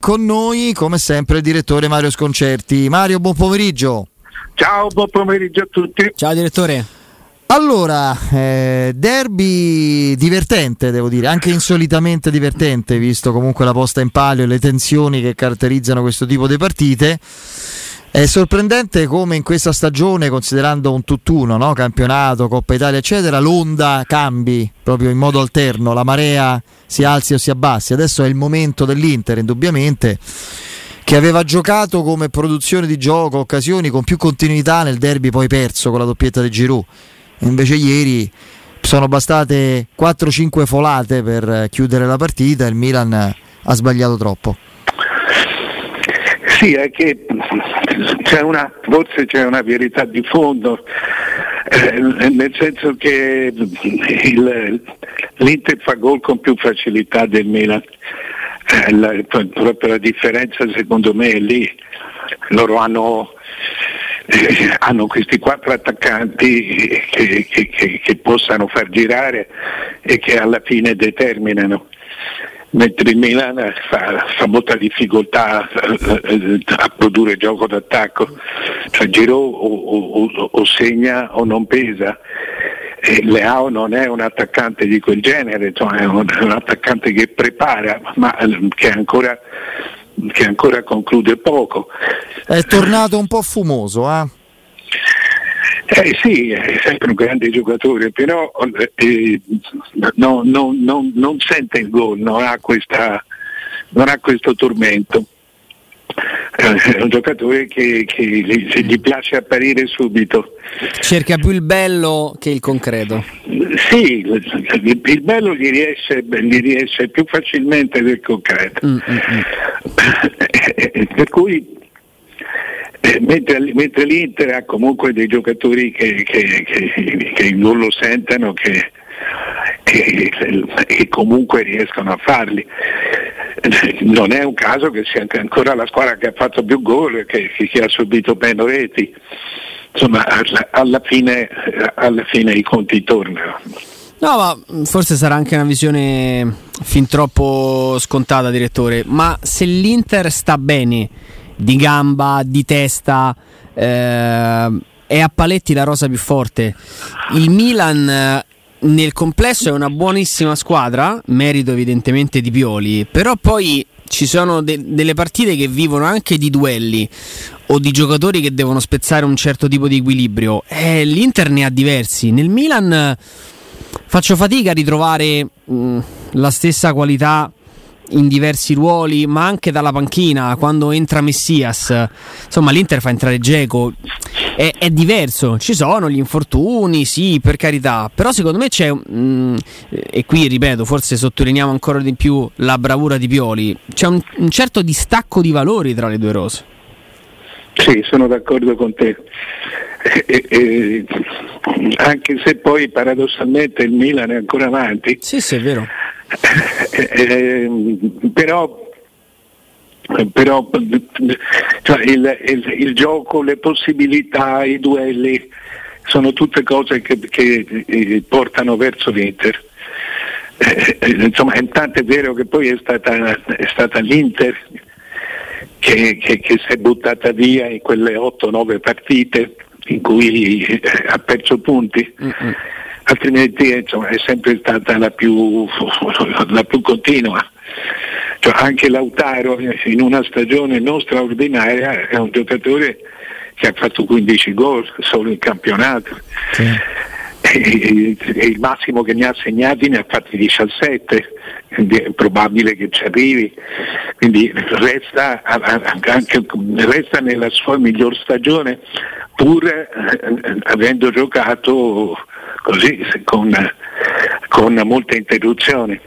con noi come sempre il direttore Mario Sconcerti. Mario, buon pomeriggio. Ciao, buon pomeriggio a tutti. Ciao direttore. Allora, derby divertente, devo dire, anche insolitamente divertente, visto comunque la posta in palio e le tensioni che caratterizzano questo tipo di partite. È sorprendente come in questa stagione, considerando un tutt'uno, no? Campionato, Coppa Italia eccetera, l'onda cambi proprio in modo alterno, la marea si alzi o si abbassi. Adesso è il momento dell'Inter, indubbiamente, che aveva giocato come produzione di gioco, occasioni con più continuità nel derby, poi perso con la doppietta di Giroud. Invece ieri sono bastate 4-5 folate per chiudere la partita e il Milan ha sbagliato troppo. Sì, è che forse c'è una verità di fondo, nel senso che l'Inter fa gol con più facilità del Milan. Proprio la differenza secondo me è lì. Loro hanno questi 4 attaccanti che possano far girare e che alla fine determinano, mentre il Milan fa molta difficoltà a produrre gioco d'attacco, cioè Giroud o segna o non pesa. E Leao non è un attaccante di quel genere, cioè è un attaccante che prepara ma che ancora conclude poco. È tornato un po' fumoso, Sì, è sempre un grande giocatore, però non sente il gol, non ha questo tormento. È un giocatore che gli piace apparire subito. Cerca più il bello che il concreto. Sì, il bello gli riesce più facilmente del concreto. Per cui mentre l'Inter ha comunque dei giocatori che il gol lo sentono, che comunque riescono a farli. Non è un caso che sia ancora la squadra che ha fatto più gol, che ha subito meno reti. Insomma, alla fine i conti tornano. No, ma forse sarà anche una visione fin troppo scontata, direttore, ma se l'Inter sta bene di gamba, di testa, è a paletti la rosa più forte. Il Milan nel complesso è una buonissima squadra, merito evidentemente di Pioli, però poi ci sono delle partite che vivono anche di duelli o di giocatori che devono spezzare un certo tipo di equilibrio. L'Inter ne ha diversi. Nel Milan faccio fatica a ritrovare la stessa qualità in diversi ruoli, ma anche dalla panchina quando entra Messias. Insomma, l'Inter fa entrare Dzeko, è diverso. Ci sono gli infortuni, sì, per carità, però secondo me c'è e qui ripeto, forse sottolineiamo ancora di più la bravura di Pioli, c'è un certo distacco di valori tra le due rose. Sì, sono d'accordo con te, anche se poi paradossalmente il Milan è ancora avanti. Sì, è vero. Però cioè il gioco, le possibilità, i duelli sono tutte cose che portano verso l'Inter. Insomma, intanto è vero che poi è stata l'Inter che si è buttata via in quelle 8-9 partite in cui ha perso punti. Altrimenti insomma, è sempre stata la più continua. Cioè, anche Lautaro in una stagione non straordinaria è un giocatore che ha fatto 15 gol solo in campionato. Sì. E il massimo che ne ha segnati ne ha fatti 17, quindi è probabile che ci arrivi, quindi resta nella sua miglior stagione, pur avendo giocato così con molte interruzioni.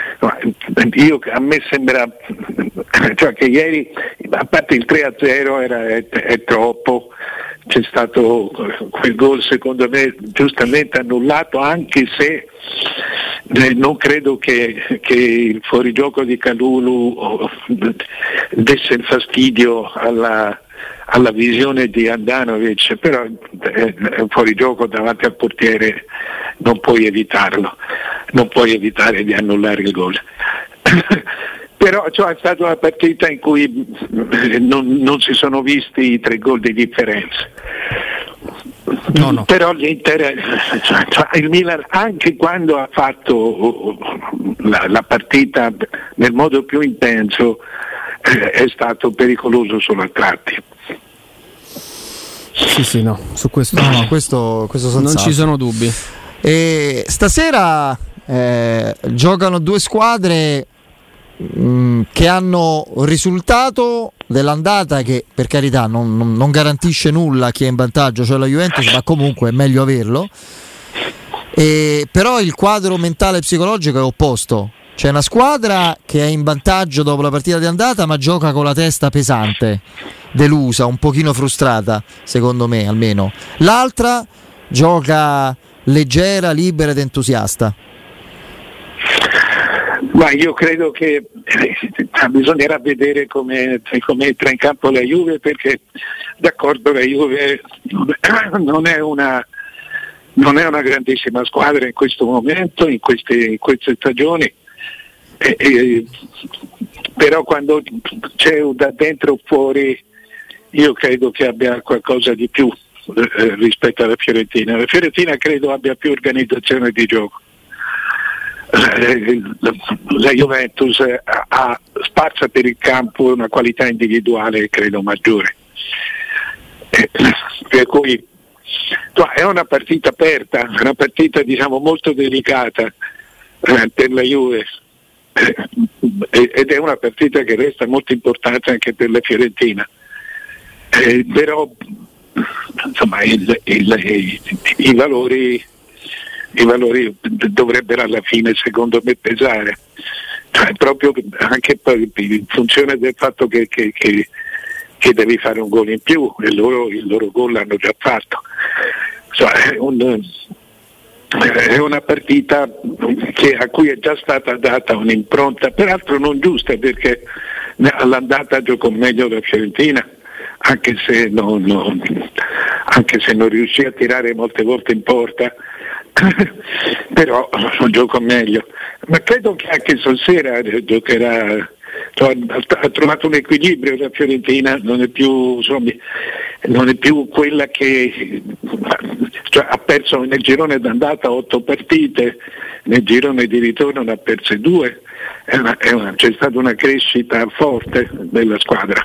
A me sembra, cioè, che ieri, a parte il 3-0 è troppo, c'è stato quel gol secondo me giustamente annullato, anche se non credo che il fuorigioco di Kalulu desse il fastidio alla visione di Handanovic, però è un fuorigioco davanti al portiere, non puoi evitarlo, non puoi evitare di annullare il gol. Però è stata una partita in cui non si sono visti i 3 gol di differenza. No. Però l'Inter, il Milan, anche quando ha fatto la partita nel modo più intenso, è stato pericoloso solo a tratti. Sì, no, su questo, questo non ci sono dubbi. E stasera giocano 2 squadre che hanno un risultato dell'andata che, per carità, non garantisce nulla a chi è in vantaggio, cioè la Juventus, ma comunque è meglio averlo. Però il quadro mentale e psicologico è opposto. C'è una squadra che è in vantaggio dopo la partita di andata, ma gioca con la testa pesante, delusa, un pochino frustrata, secondo me almeno. L'altra gioca leggera, libera ed entusiasta. Ma io credo che bisognerà vedere come entra in campo la Juve, perché d'accordo, la Juve non è una grandissima squadra in questo momento, in queste stagioni, però quando c'è da dentro o fuori io credo che abbia qualcosa di più rispetto alla Fiorentina. La Fiorentina credo abbia più organizzazione di gioco. La Juventus ha sparsa per il campo una qualità individuale credo maggiore, per cui è una partita aperta, una partita diciamo molto delicata per la Juve, ed è una partita che resta molto importante anche per la Fiorentina, però insomma i valori dovrebbero alla fine secondo me pesare, proprio anche in funzione del fatto che devi fare un gol in più, e il loro gol l'hanno già fatto. È una partita a cui è già stata data un'impronta, peraltro non giusta, perché all'andata giocò meglio la Fiorentina, anche se non riuscì a tirare molte volte in porta, però gioco meglio. Ma credo che anche stasera giocherà, ha trovato un equilibrio la Fiorentina, non è più quella che ha perso nel girone d'andata 8 partite, nel girone di ritorno ne ha perse 2, c'è stata una crescita forte della squadra.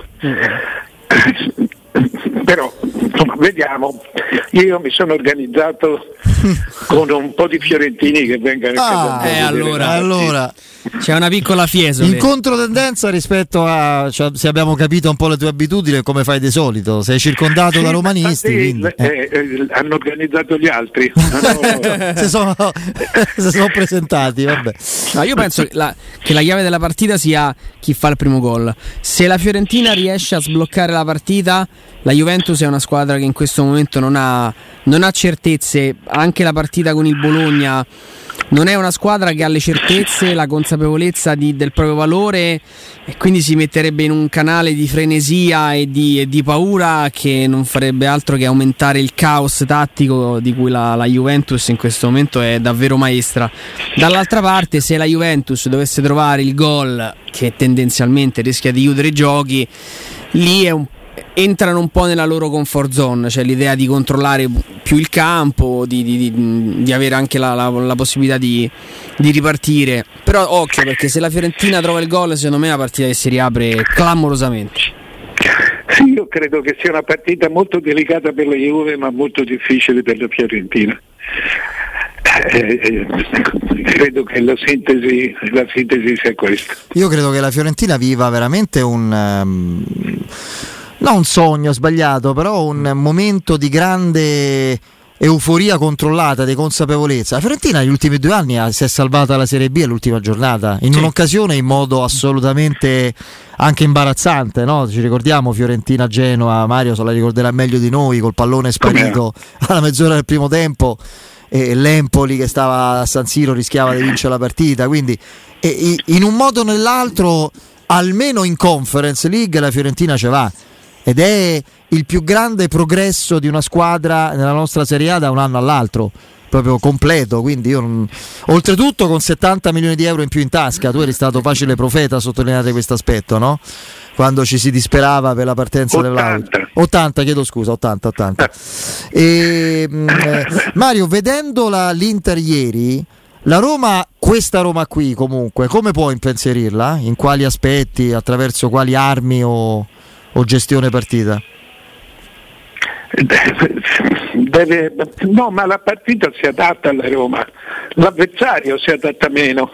Però insomma, vediamo. Io mi sono organizzato con un po' di fiorentini che vengano allora c'è una piccola Fiesole in controtendenza rispetto a, se abbiamo capito un po' le tue abitudini e come fai di solito, sei circondato da romanisti, hanno organizzato gli altri si sono presentati, vabbè. No, io penso che la chiave della partita sia chi fa il primo gol. Se la Fiorentina riesce a sbloccare la partita, la Juventus è una squadra che in questo momento non ha certezze. Anche la partita con il Bologna non è una squadra che ha le certezze, la consapevolezza del proprio valore, e quindi si metterebbe in un canale di frenesia e di paura che non farebbe altro che aumentare il caos tattico di cui la Juventus in questo momento è davvero maestra. Dall'altra parte, se la Juventus dovesse trovare il gol che tendenzialmente rischia di chiudere i giochi, lì entrano un po' nella loro comfort zone, cioè l'idea di controllare più il campo, di avere anche la possibilità di ripartire. Però occhio, perché se la Fiorentina trova il gol, secondo me è una partita che si riapre clamorosamente. Sì, io credo che sia una partita molto delicata per la Juve, ma molto difficile per la Fiorentina. Credo che la sintesi sia questa. Io credo che la Fiorentina viva veramente non un sogno sbagliato, però un momento di grande euforia controllata, di consapevolezza. La Fiorentina negli ultimi 2 anni si è salvata la Serie B all'ultima giornata, in un'occasione in modo assolutamente anche imbarazzante, no? Ci ricordiamo Fiorentina-Genoa, Mario se la ricorderà meglio di noi, col pallone sparito alla mezz'ora del primo tempo, e l'Empoli che stava a San Siro rischiava di vincere la partita, quindi in un modo o nell'altro, almeno in Conference League la Fiorentina ce va, ed è il più grande progresso di una squadra nella nostra Serie A da un anno all'altro, proprio completo, quindi io oltretutto con 70 milioni di euro in più in tasca. Tu eri stato facile profeta a sottolineare questo aspetto, no? Quando ci si disperava per la partenza dell'auto. 80, chiedo scusa, 80. Mario, vedendo l'Inter ieri, la Roma, questa Roma qui comunque, come può impensierirla? In quali aspetti, attraverso quali armi o gestione partita? No, ma la partita si adatta alla Roma, l'avversario si adatta meno.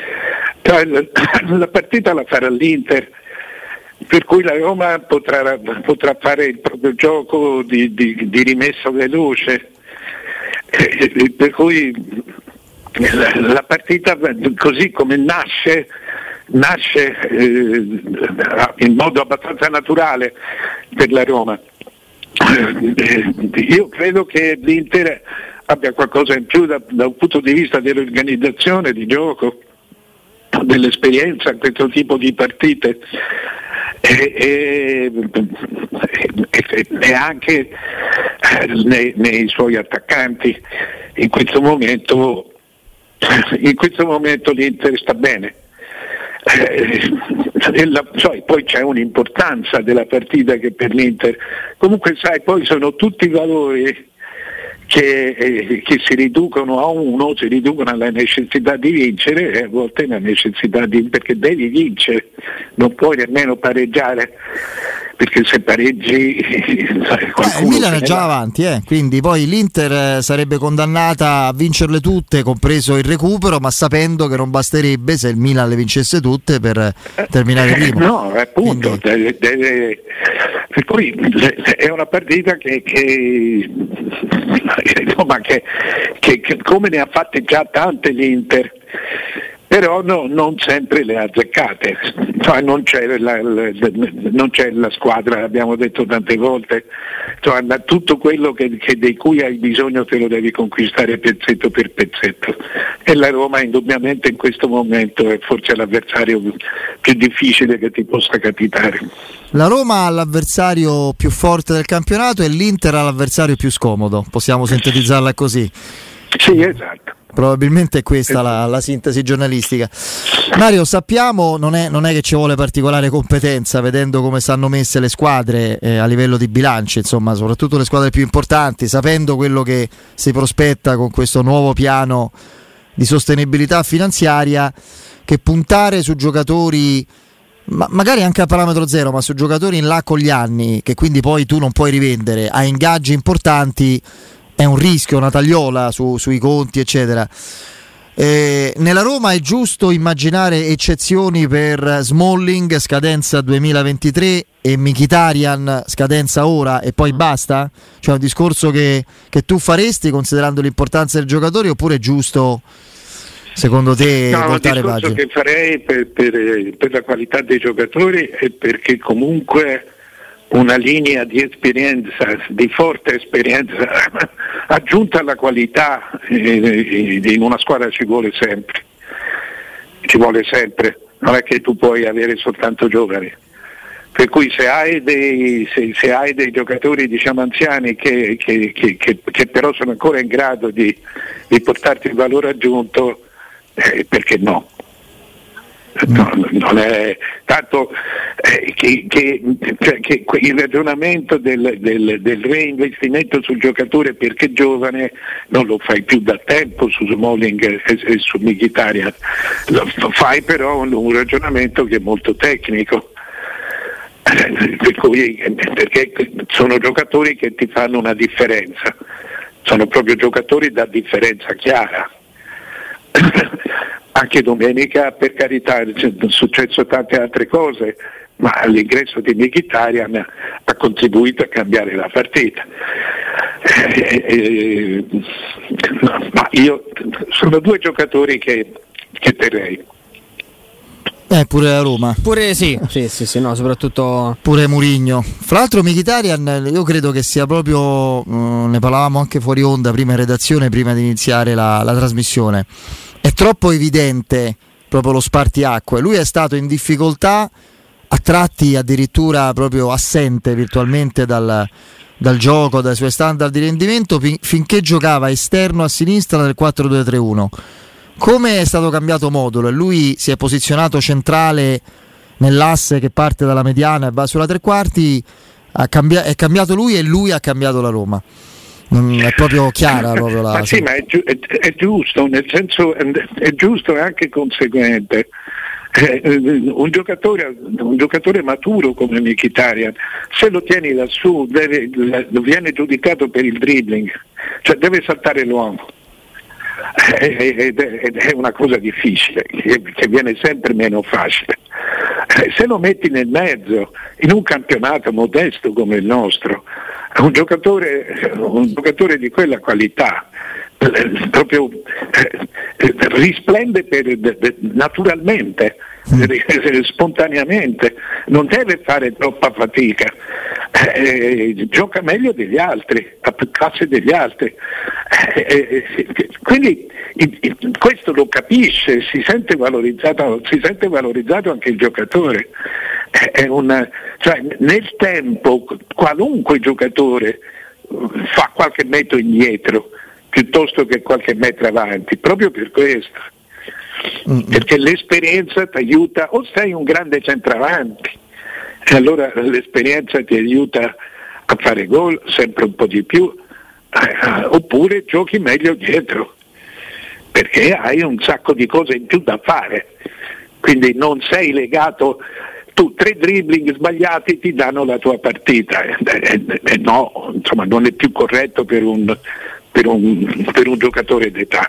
La partita la farà l'Inter, per cui la Roma potrà fare il proprio gioco di rimessa veloce, per cui la partita così come nasce in modo abbastanza naturale per la Roma. Io credo che l'Inter abbia qualcosa in più da un punto di vista dell'organizzazione di gioco, dell'esperienza in questo tipo di partite e anche nei suoi attaccanti. In questo momento l'Inter sta bene. Poi c'è un'importanza della partita che per l'Inter, comunque sai, poi sono tutti valori che si riducono a uno, si riducono alla necessità di vincere e a volte la necessità perché devi vincere, non puoi nemmeno pareggiare, perché se pareggi il Milan è già avanti, quindi poi l'Inter sarebbe condannata a vincerle tutte, compreso il recupero, ma sapendo che non basterebbe se il Milan le vincesse tutte per terminare primo. No, appunto, quindi per cui è una partita che come ne ha fatte già tante l'Inter, però non sempre le ha azzeccate, cioè non c'è la squadra, l'abbiamo detto tante volte, cioè, tutto quello di cui hai bisogno te lo devi conquistare pezzetto per pezzetto, e la Roma indubbiamente in questo momento è forse l'avversario più difficile che ti possa capitare. La Roma ha l'avversario più forte del campionato e l'Inter ha l'avversario più scomodo, possiamo sintetizzarla così? Sì, esatto. Probabilmente è questa la sintesi giornalistica. Mario, sappiamo, non è che ci vuole particolare competenza, vedendo come stanno messe le squadre a livello di bilanci, insomma, soprattutto le squadre più importanti, sapendo quello che si prospetta con questo nuovo piano di sostenibilità finanziaria, che puntare su giocatori, magari anche a parametro zero, ma su giocatori in là con gli anni, che quindi poi tu non puoi rivendere, a ingaggi importanti, è un rischio, una tagliola sui conti, eccetera. Nella Roma è giusto immaginare eccezioni per Smalling, scadenza 2023, e Mkhitaryan, scadenza ora e poi basta? Cioè un discorso che tu faresti considerando l'importanza del giocatore, oppure è giusto secondo te voltare pagina? No, il discorso che farei per la qualità dei giocatori è perché comunque una linea di esperienza, di forte esperienza aggiunta alla qualità in una squadra ci vuole sempre, non è che tu puoi avere soltanto giovani, per cui se hai dei giocatori diciamo anziani che però sono ancora in grado di portarti il valore aggiunto, perché no? No, non è tanto che il ragionamento del reinvestimento sul giocatore perché giovane non lo fai più da tempo su Smalling e su Mkhitaryan, lo fai però un ragionamento che è molto tecnico, perché sono giocatori che ti fanno una differenza, sono proprio giocatori da differenza chiara. Anche domenica, per carità, è successo tante altre cose, ma l'ingresso di Mkhitaryan ha contribuito a cambiare la partita. Ma io sono due giocatori che terrei. Pure la Roma. Pure sì, no, soprattutto pure Mourinho. Fra l'altro Mkhitaryan io credo che sia proprio, ne parlavamo anche fuori onda prima in redazione, prima di iniziare la trasmissione, è troppo evidente proprio lo spartiacque. Lui è stato in difficoltà, a tratti addirittura proprio assente virtualmente dal dal gioco, dai suoi standard di rendimento, finché giocava esterno a sinistra nel 4-2-3-1. Come è stato cambiato modulo e lui si è posizionato centrale nell'asse che parte dalla mediana e va sulla tre quarti, è cambiato lui e lui ha cambiato la Roma. È proprio chiara proprio la... Ma sì, ma è giusto, nel senso è giusto e anche conseguente. Un giocatore maturo come Mkhitaryan, se lo tieni lassù viene giudicato per il dribbling, cioè deve saltare l'uomo. Ed è una cosa difficile che viene sempre meno facile. Se lo metti nel mezzo in un campionato modesto come il nostro, un giocatore di quella qualità proprio risplende naturalmente, spontaneamente, non deve fare troppa fatica, gioca meglio degli altri, a classe degli altri, quindi questo lo capisce, si sente valorizzato anche il giocatore. Cioè, nel tempo qualunque giocatore fa qualche metro indietro piuttosto che qualche metro avanti, proprio per questo, perché l'esperienza ti aiuta, o sei un grande centravanti e allora l'esperienza ti aiuta a fare gol sempre un po' di più, oppure giochi meglio dietro perché hai un sacco di cose in più da fare, quindi non sei legato. Tu 3 dribbling sbagliati ti danno la tua partita, no, insomma non è più corretto per un giocatore d'età.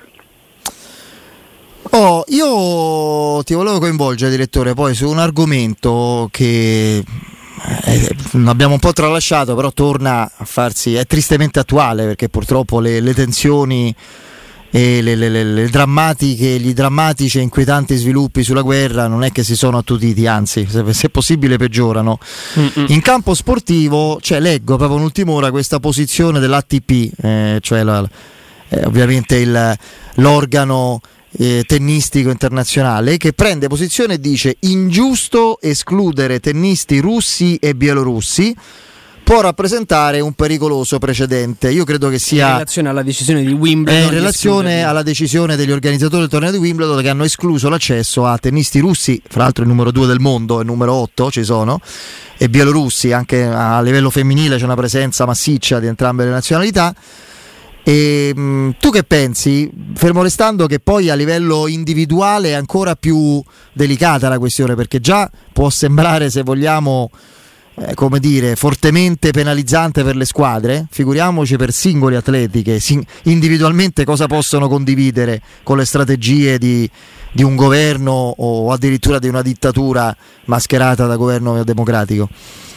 Io ti volevo coinvolgere, direttore, poi su un argomento che abbiamo un po' tralasciato, però torna a farsi, è tristemente attuale, perché purtroppo le tensioni e gli drammatici e inquietanti sviluppi sulla guerra non è che si sono attutiti, anzi se possibile peggiorano. In campo sportivo, leggo proprio un'ultima ora questa posizione dell'ATP, ovviamente l'organo tennistico internazionale, che prende posizione e dice: ingiusto escludere tennisti russi e bielorussi, può rappresentare un pericoloso precedente. Io credo che sia in relazione alla decisione di Wimbledon, in relazione alla decisione degli organizzatori del torneo di Wimbledon, che hanno escluso l'accesso a tennisti russi, fra l'altro il numero 2 del mondo e il numero 8 ci sono, e bielorussi. Anche a livello femminile c'è una presenza massiccia di entrambe le nazionalità. E tu che pensi, fermo restando che poi a livello individuale è ancora più delicata la questione, perché già può sembrare, se vogliamo, fortemente penalizzante per le squadre, figuriamoci per singoli atleti che individualmente cosa possono condividere con le strategie di un governo o addirittura di una dittatura mascherata da governo democratico.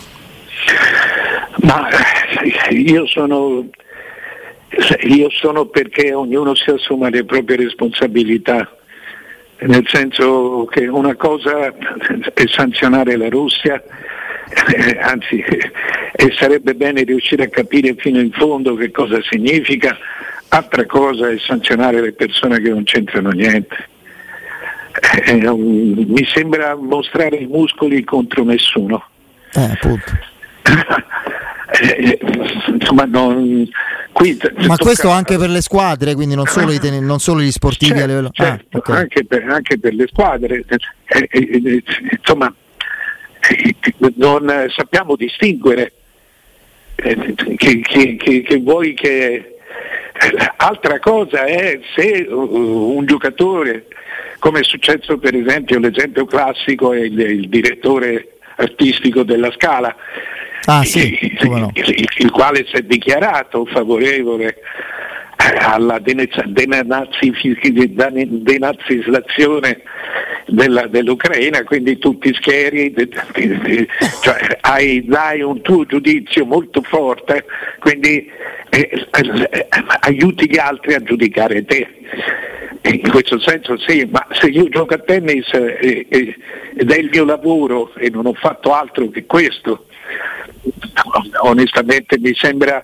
Ma io sono perché ognuno si assuma le proprie responsabilità, nel senso che una cosa è sanzionare la Russia, anzi sarebbe bene riuscire a capire fino in fondo che cosa significa, altra cosa è sanzionare le persone che non c'entrano niente. Mi sembra mostrare i muscoli contro nessuno. Appunto. Insomma, ma questo anche per le squadre, quindi non solo gli sportivi, certo, a livello... certo, okay. anche per le squadre, insomma, non sappiamo distinguere che vuoi che... Altra cosa è se un giocatore, come è successo per esempio, l'esempio classico è il direttore artistico della Scala, il quale si è dichiarato favorevole alla denazizzazione dell'Ucraina, quindi tutti schieri, cioè dai un tuo giudizio molto forte, quindi aiuti gli altri a giudicare te. In questo senso sì, ma se io gioco a tennis ed è il mio lavoro e non ho fatto altro che questo, onestamente mi sembra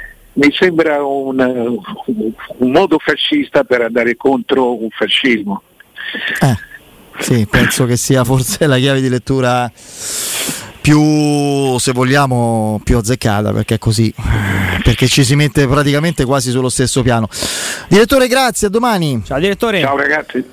un modo fascista per andare contro un fascismo. Sì, penso che sia forse la chiave di lettura più, se vogliamo, più azzeccata, perché è così, perché ci si mette praticamente quasi sullo stesso piano. Direttore, grazie, a domani. Ciao direttore. Ciao ragazzi.